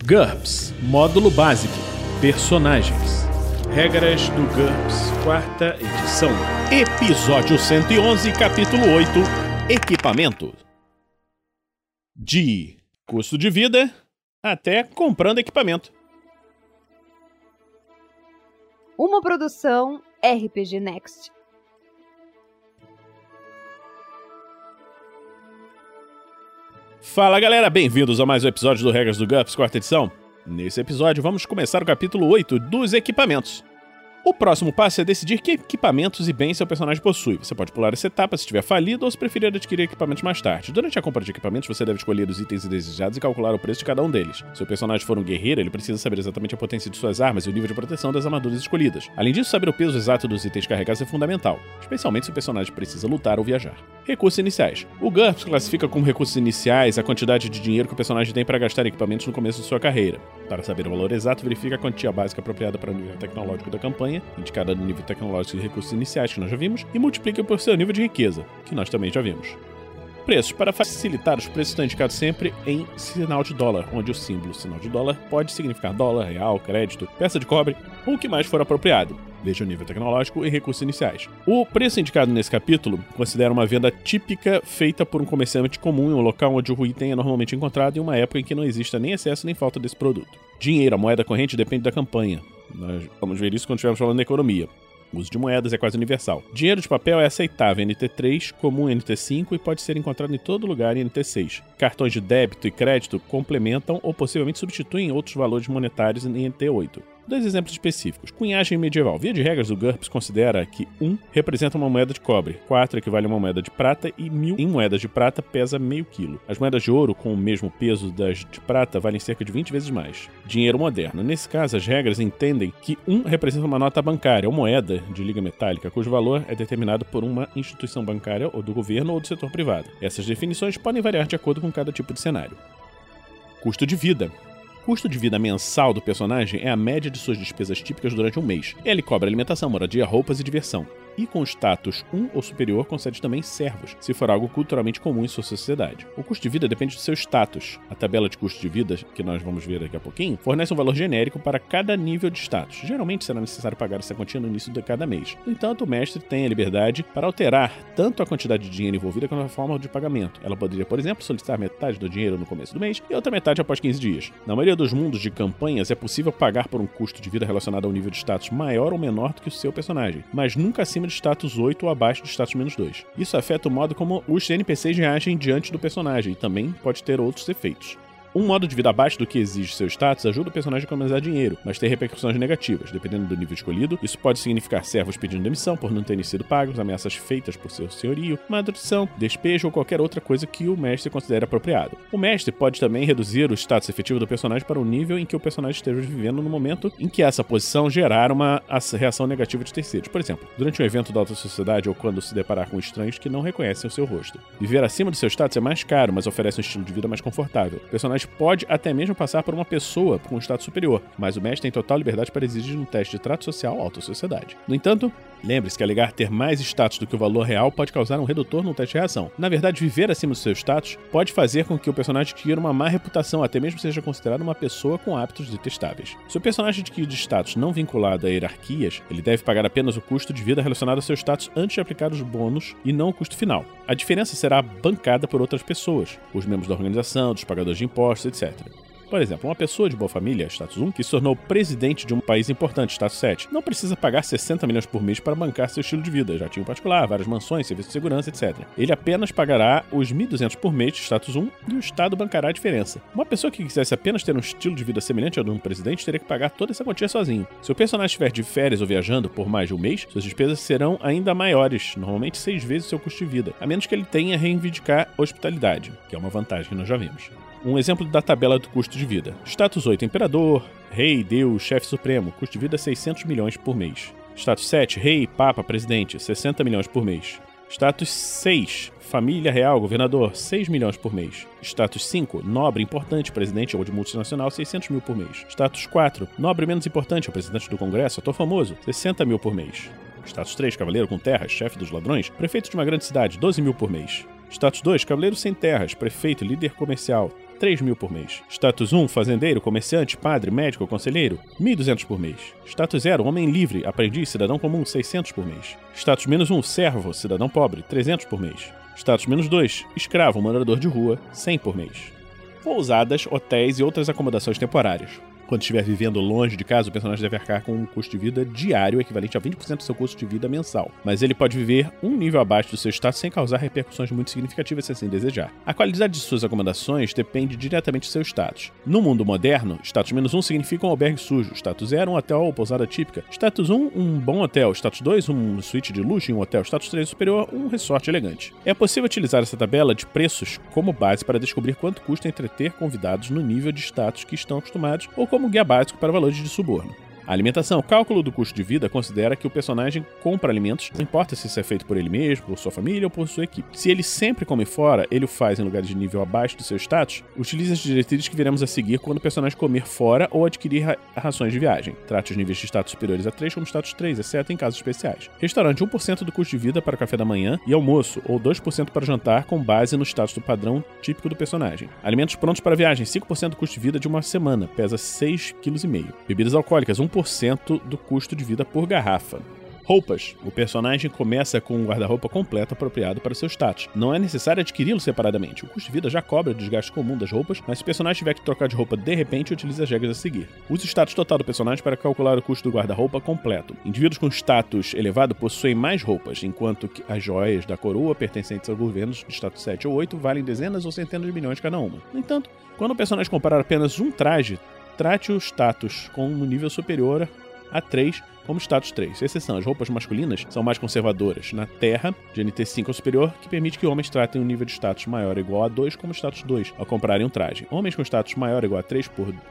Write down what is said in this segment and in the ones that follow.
GURPS, Módulo Básico, Personagens. Regras do GURPS, 4ª edição. Episódio 111, capítulo 8, Equipamento. De custo de vida até comprando equipamento. Uma produção RPG Next. Fala galera, bem-vindos a mais um episódio do Regras do GURPS, 4ª edição. Nesse episódio vamos começar o capítulo 8 dos equipamentos. O próximo passo é decidir que equipamentos e bens seu personagem possui. Você pode pular essa etapa se estiver falido ou se preferir adquirir equipamentos mais tarde. Durante a compra de equipamentos, você deve escolher os itens desejados e calcular o preço de cada um deles. Se o personagem for um guerreiro, ele precisa saber exatamente a potência de suas armas e o nível de proteção das armaduras escolhidas. Além disso, saber o peso exato dos itens carregados é fundamental, especialmente se o personagem precisa lutar ou viajar. Recursos iniciais. O GURPS classifica como recursos iniciais a quantidade de dinheiro que o personagem tem para gastar em equipamentos no começo de sua carreira. Para saber o valor exato, verifique a quantia básica apropriada para o nível tecnológico da campanha, indicada no nível tecnológico de recursos iniciais que nós já vimos, e multiplique por seu nível de riqueza, que nós também já vimos. Preços. Para facilitar, os preços estão indicados sempre em sinal de dólar, onde o símbolo sinal de dólar pode significar dólar, real, crédito, peça de cobre ou o que mais for apropriado. Veja o nível tecnológico e recursos iniciais. O preço indicado nesse capítulo considera uma venda típica feita por um comerciante comum em um local onde o item é normalmente encontrado em uma época em que não exista nem excesso nem falta desse produto. Dinheiro, a moeda corrente, depende da campanha. Nós vamos ver isso quando estivermos falando da economia. O uso de moedas é quase universal. Dinheiro de papel é aceitável em NT3, comum em NT5 e pode ser encontrado em todo lugar em NT6. Cartões de débito e crédito complementam ou possivelmente substituem outros valores monetários em NT8. Dois exemplos específicos. Cunhagem medieval. Via de regras, o GURPS considera que 1 representa uma moeda de cobre, 4 equivale a uma moeda de prata e 1000 em moedas de prata pesa meio quilo. As moedas de ouro, com o mesmo peso das de prata, valem cerca de 20 vezes mais. Dinheiro moderno. Nesse caso, as regras entendem que 1 representa uma nota bancária ou moeda de liga metálica, cujo valor é determinado por uma instituição bancária ou do governo ou do setor privado. Essas definições podem variar de acordo com cada tipo de cenário. Custo de vida. O custo de vida mensal do personagem é a média de suas despesas típicas durante um mês. Ele cobra alimentação, moradia, roupas e diversão. E com status 1 ou superior, concede também servos, se for algo culturalmente comum em sua sociedade. O custo de vida depende do seu status. A tabela de custo de vida, que nós vamos ver daqui a pouquinho, fornece um valor genérico para cada nível de status. Geralmente será necessário pagar essa quantia no início de cada mês. No entanto, o mestre tem a liberdade para alterar tanto a quantidade de dinheiro envolvida quanto a forma de pagamento. Ela poderia, por exemplo, solicitar metade do dinheiro no começo do mês e outra metade após 15 dias. Na maioria dos mundos de campanhas, é possível pagar por um custo de vida relacionado a um nível de status maior ou menor do que o seu personagem, mas nunca acima de status 8 ou abaixo de status menos 2. Isso afeta o modo como os NPCs reagem diante do personagem e também pode ter outros efeitos. Um modo de vida abaixo do que exige seu status ajuda o personagem a economizar dinheiro, mas tem repercussões negativas, dependendo do nível escolhido. Isso pode significar servos pedindo demissão por não terem sido pagos, ameaças feitas por seu senhorio, maldição, despejo ou qualquer outra coisa que o mestre considere apropriado. O mestre pode também reduzir o status efetivo do personagem para o nível em que o personagem esteja vivendo no momento em que essa posição gerar uma reação negativa de terceiros. Por exemplo, durante um evento da alta sociedade ou quando se deparar com estranhos que não reconhecem o seu rosto. Viver acima do seu status é mais caro, mas oferece um estilo de vida mais confortável. O personagem pode até mesmo passar por uma pessoa com um status superior, mas o mestre tem total liberdade para exigir um teste de trato social alta sociedade. No entanto, lembre-se que alegar ter mais status do que o valor real pode causar um redutor no teste de reação. Na verdade, viver acima do seu status pode fazer com que o personagem adquira uma má reputação, até mesmo seja considerado uma pessoa com hábitos detestáveis. Se o personagem adquire status não vinculado a hierarquias, ele deve pagar apenas o custo de vida relacionado ao seu status antes de aplicar os bônus e não o custo final. A diferença será bancada por outras pessoas, os membros da organização, dos pagadores de impostos, etc. Por exemplo, uma pessoa de boa família, status 1, que se tornou presidente de um país importante, status 7, não precisa pagar 60 milhões por mês para bancar seu estilo de vida, já tinha um particular, várias mansões, serviço de segurança, etc. Ele apenas pagará os 1.200 por mês de status 1 e o Estado bancará a diferença. Uma pessoa que quisesse apenas ter um estilo de vida semelhante ao de um presidente teria que pagar toda essa quantia sozinho. Se o personagem estiver de férias ou viajando por mais de um mês, suas despesas serão ainda maiores, normalmente 6 vezes o seu custo de vida, a menos que ele tenha reivindicar hospitalidade, que é uma vantagem que nós já vimos. Um exemplo da tabela do custo de vida. Status 8, Imperador, Rei, Deus, Chefe Supremo, custo de vida 600 milhões por mês. Status 7, Rei, Papa, Presidente, 60 milhões por mês. Status 6, Família Real, Governador, 6 milhões por mês. Status 5, Nobre Importante, Presidente ou de Multinacional, 600 mil por mês. Status 4, Nobre Menos Importante, Presidente do Congresso, Ator Famoso, 60 mil por mês. Status 3, Cavaleiro com Terras, Chefe dos Ladrões, Prefeito de uma Grande Cidade, 12 mil por mês. Status 2, Cavaleiro sem terras, prefeito, líder comercial, 3.000 por mês. Status 1, fazendeiro, comerciante, padre, médico, conselheiro, 1.200 por mês. Status 0, homem livre, aprendiz, cidadão comum, 600 por mês. Status -1, servo, cidadão pobre, 300 por mês. Status -2, escravo, morador de rua, 100 por mês. Pousadas, hotéis e outras acomodações temporárias. Quando estiver vivendo longe de casa, o personagem deve arcar com um custo de vida diário equivalente a 20% do seu custo de vida mensal. Mas ele pode viver um nível abaixo do seu status sem causar repercussões muito significativas se assim desejar. A qualidade de suas acomodações depende diretamente do seu status. No mundo moderno, status -1 significa um albergue sujo, status 0 um hotel ou pousada típica, status 1 um bom hotel, status 2 um suíte de luxo em um hotel, status 3 superior um resort elegante. É possível utilizar essa tabela de preços como base para descobrir quanto custa entreter convidados no nível de status que estão acostumados ou como guia básico para valores de suborno. A alimentação. O cálculo do custo de vida considera que o personagem compra alimentos, não importa se isso é feito por ele mesmo, por sua família ou por sua equipe. Se ele sempre come fora, ele o faz em lugares de nível abaixo do seu status, utilize as diretrizes que veremos a seguir quando o personagem comer fora ou adquirir rações de viagem. Trate os níveis de status superiores a 3 como status 3, exceto em casos especiais. Restaurante, 1% do custo de vida para café da manhã e almoço, ou 2% para jantar com base no status do padrão típico do personagem. Alimentos prontos para viagem, 5% do custo de vida de uma semana, pesa 6,5 kg. Bebidas alcoólicas, 1% do custo de vida por garrafa. Roupas. O personagem começa com um guarda-roupa completo apropriado para o seu status. Não é necessário adquiri-lo separadamente. O custo de vida já cobre o desgaste comum das roupas, mas se o personagem tiver que trocar de roupa de repente, utilize as regras a seguir. Use o status total do personagem para calcular o custo do guarda-roupa completo. Indivíduos com status elevado possuem mais roupas, enquanto que as joias da coroa pertencentes aos governos de status 7 ou 8 valem dezenas ou centenas de milhões cada uma. No entanto, quando o personagem comprar apenas um traje, trate o status com um nível superior a 3 como status 3. Exceção, as roupas masculinas são mais conservadoras. Na Terra, de NT5 ou superior, que permite que homens tratem um nível de status maior ou igual a 2 como status 2 ao comprarem um traje. Homens com status maior ou igual a 3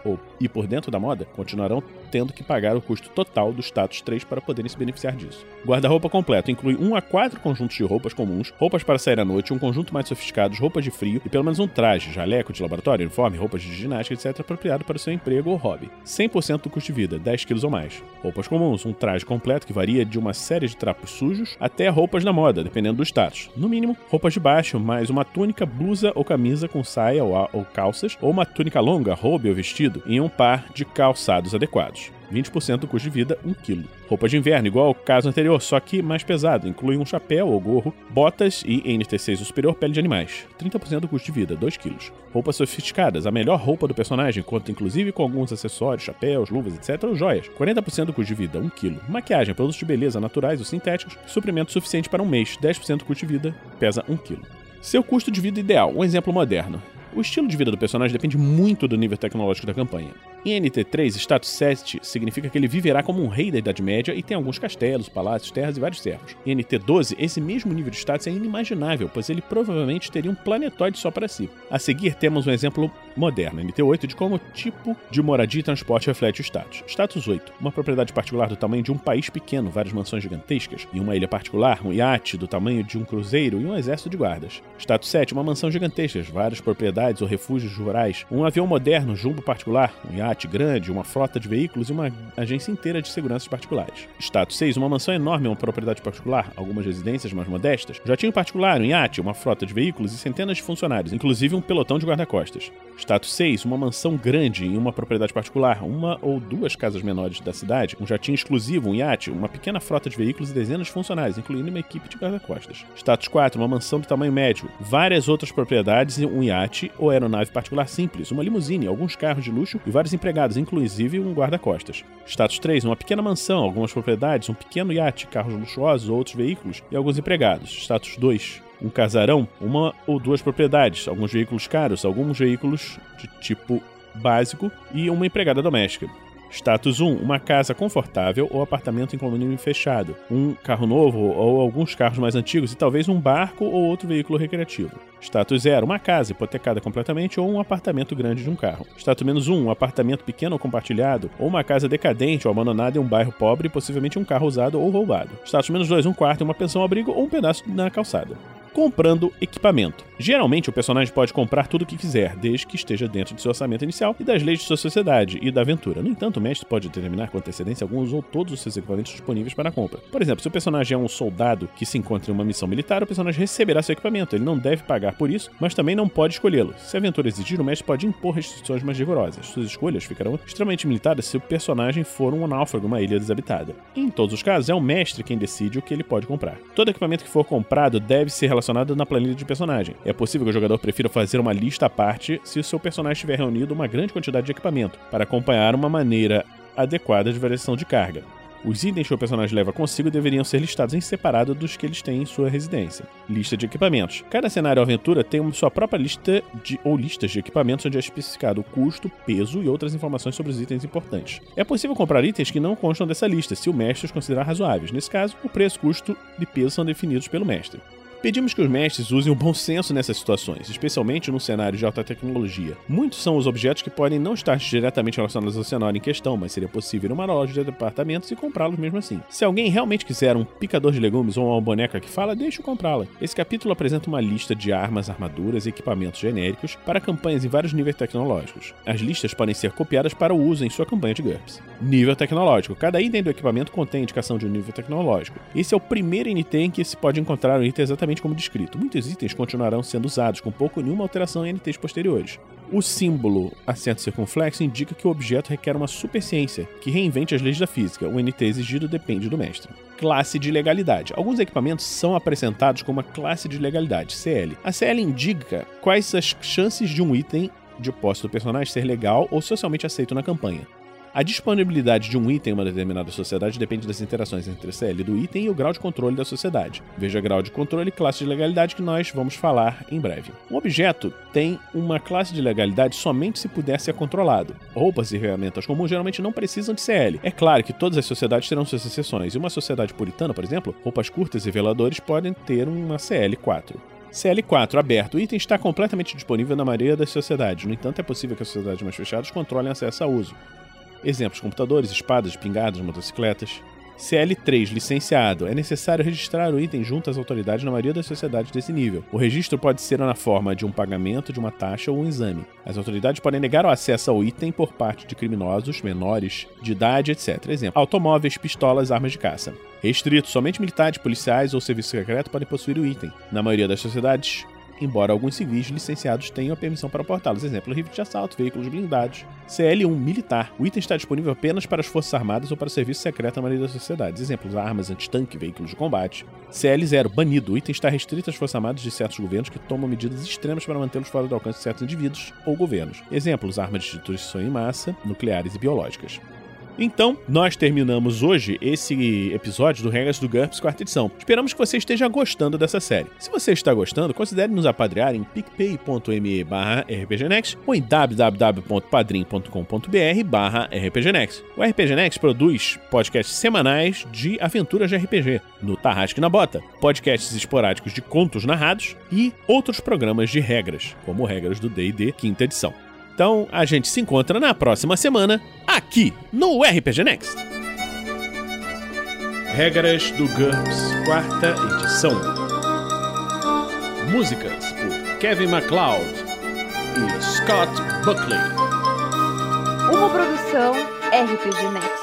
por dentro da moda continuarão tendo que pagar o custo total do status 3 para poderem se beneficiar disso. Guarda-roupa completo inclui 1 a 4 conjuntos de roupas comuns, roupas para sair à noite, um conjunto mais sofisticado, roupas de frio e pelo menos um traje, jaleco de laboratório, uniforme, roupas de ginástica, etc. apropriado para o seu emprego ou hobby. 100% do custo de vida, 10 kg ou mais. Roupas comuns, um traje completo que varia de uma série de trapos sujos até roupas da moda, dependendo do status. No mínimo, roupas de baixo, mais uma túnica, blusa ou camisa com saia ou calças, ou uma túnica longa, robe ou vestido, e um par de calçados adequados. 20% do custo de vida, 1 kg. Roupa de inverno, igual ao caso anterior, só que mais pesado, inclui um chapéu ou gorro, botas e, em NT6 ou superior, pele de animais. 30% do custo de vida, 2 kg. Roupas sofisticadas, a melhor roupa do personagem, conta inclusive com alguns acessórios, chapéus, luvas, etc. ou joias. 40% do custo de vida, 1 kg. Maquiagem, produtos de beleza naturais ou sintéticos, suprimento suficiente para um mês, 10% do custo de vida, pesa 1 kg. Seu custo de vida ideal, um exemplo moderno. O estilo de vida do personagem depende muito do nível tecnológico da campanha. Em NT3, status 7 significa que ele viverá como um rei da Idade Média e tem alguns castelos, palácios, terras e vários servos. Em NT12, esse mesmo nível de status é inimaginável, pois ele provavelmente teria um planetoide só para si. A seguir, temos um exemplo moderno, NT8, de como o tipo de moradia e transporte reflete o status. Status 8, uma propriedade particular do tamanho de um país pequeno, várias mansões gigantescas, e uma ilha particular, um iate do tamanho de um cruzeiro e um exército de guardas. Status 7, uma mansão gigantesca, várias propriedades ou refúgios rurais, um avião moderno, jumbo particular, um iate grande, uma frota de veículos e uma agência inteira de seguranças particulares. Status 6, uma mansão enorme, uma propriedade particular, algumas residências mais modestas, um jatinho particular, um iate, uma frota de veículos e centenas de funcionários, inclusive um pelotão de guarda-costas. Status 6, uma mansão grande em uma propriedade particular, uma ou duas casas menores da cidade, um jatinho exclusivo, um iate, uma pequena frota de veículos e dezenas de funcionários, incluindo uma equipe de guarda-costas. Status 4, uma mansão de tamanho médio, várias outras propriedades, um iate ou aeronave particular simples, uma limusine, alguns carros de luxo e vários empregados, inclusive um guarda-costas. Status 3, uma pequena mansão, algumas propriedades, um pequeno iate, carros luxuosos, outros veículos e alguns empregados. Status 2, um casarão, uma ou duas propriedades, alguns veículos caros, alguns veículos de tipo básico e uma empregada doméstica. Status 1, uma casa confortável ou apartamento em condomínio fechado, um carro novo ou alguns carros mais antigos e talvez um barco ou outro veículo recreativo. Status 0, uma casa hipotecada completamente ou um apartamento grande de um carro. Status -1, um apartamento pequeno ou compartilhado ou uma casa decadente ou abandonada em um bairro pobre e possivelmente um carro usado ou roubado. Status -2, um quarto em uma pensão-abrigo ou um pedaço na calçada. Comprando equipamento. Geralmente, o personagem pode comprar tudo o que quiser, desde que esteja dentro de seu orçamento inicial e das leis de sua sociedade e da aventura. No entanto, o mestre pode determinar com antecedência alguns ou todos os seus equipamentos disponíveis para compra. Por exemplo, se o personagem é um soldado que se encontra em uma missão militar, o personagem receberá seu equipamento. Ele não deve pagar por isso, mas também não pode escolhê-lo. Se a aventura exigir, o mestre pode impor restrições mais rigorosas. Suas escolhas ficarão extremamente limitadas se o personagem for um náufrago em uma ilha desabitada. Em todos os casos, é o mestre quem decide o que ele pode comprar. Todo equipamento que for comprado deve ser relacionado na planilha de personagem. É possível que o jogador prefira fazer uma lista à parte se o seu personagem tiver reunido uma grande quantidade de equipamento, para acompanhar uma maneira adequada de variação de carga. Os itens que o personagem leva consigo deveriam ser listados em separado dos que eles têm em sua residência. Lista de equipamentos. Cada cenário ou aventura tem sua própria lista ou listas de equipamentos onde é especificado o custo, peso e outras informações sobre os itens importantes. É possível comprar itens que não constam dessa lista, se o mestre os considerar razoáveis. Nesse caso, o preço, custo e peso são definidos pelo mestre. Pedimos que os mestres usem o bom senso nessas situações, especialmente num cenário de alta tecnologia. Muitos são os objetos que podem não estar diretamente relacionados ao cenário em questão, mas seria possível ir numa loja de departamentos e comprá-los mesmo assim. Se alguém realmente quiser um picador de legumes ou uma boneca que fala, deixe-o comprá-la. Esse capítulo apresenta uma lista de armas, armaduras e equipamentos genéricos para campanhas em vários níveis tecnológicos. As listas podem ser copiadas para o uso em sua campanha de GURPS. Nível tecnológico. Cada item do equipamento contém indicação de um nível tecnológico. Esse é o primeiro NT em que se pode encontrar um item exatamente como descrito. Muitos itens continuarão sendo usados, com pouco ou nenhuma alteração em NTs posteriores. O símbolo acento circunflexo indica que o objeto requer uma superciência, que reinvente as leis da física. O NT exigido depende do mestre. Classe de legalidade. Alguns equipamentos são apresentados como uma classe de legalidade, CL. A CL indica quais as chances de um item de posse do personagem ser legal ou socialmente aceito na campanha. A disponibilidade de um item em uma determinada sociedade depende das interações entre a CL do item e o grau de controle da sociedade. Veja grau de controle e classe de legalidade, que nós vamos falar em breve. Um objeto tem uma classe de legalidade somente se puder ser controlado. Roupas e ferramentas comuns geralmente não precisam de CL. É claro que todas as sociedades terão suas exceções. Em uma sociedade puritana, por exemplo, roupas curtas e veladores podem ter uma CL4. CL4 aberto. O item está completamente disponível na maioria das sociedades. No entanto, é possível que as sociedades mais fechadas controlem acesso a uso. Exemplos: computadores, espadas, espingardas, motocicletas. CL3 licenciado. É necessário registrar o item junto às autoridades na maioria das sociedades desse nível. O registro pode ser na forma de um pagamento, de uma taxa ou um exame. As autoridades podem negar o acesso ao item por parte de criminosos, menores de idade, etc. Exemplo: automóveis, pistolas, armas de caça. Restrito. Somente militares, policiais ou serviço secreto podem possuir o item. Na maioria das sociedades, embora alguns civis licenciados tenham a permissão para portá-los. Exemplo: rifle de assalto, veículos blindados. CL1 militar. O item está disponível apenas para as forças armadas ou para o serviço secreto na maioria das sociedades. Exemplos: armas, antitanque, veículos de combate. CL0 banido. O item está restrito às forças armadas de certos governos que tomam medidas extremas para mantê-los fora do alcance de certos indivíduos ou governos. Exemplos: armas de destruição em massa, nucleares e biológicas. Então, nós terminamos hoje esse episódio do Regras do GURPS 4ª edição. Esperamos que você esteja gostando dessa série. Se você está gostando, considere nos apadrear em picpay.me/rpgnext ou em www.padrim.com.br/rpgnext. O RPG Next produz podcasts semanais de aventuras de RPG, no Tarrasque na Bota, podcasts esporádicos de contos narrados e outros programas de regras, como Regras do D&D 5ª edição. Então, a gente se encontra na próxima semana, aqui no RPG Next. Regras do GURPS 4ª edição. Músicas por Kevin MacLeod e Scott Buckley. Uma produção RPG Next.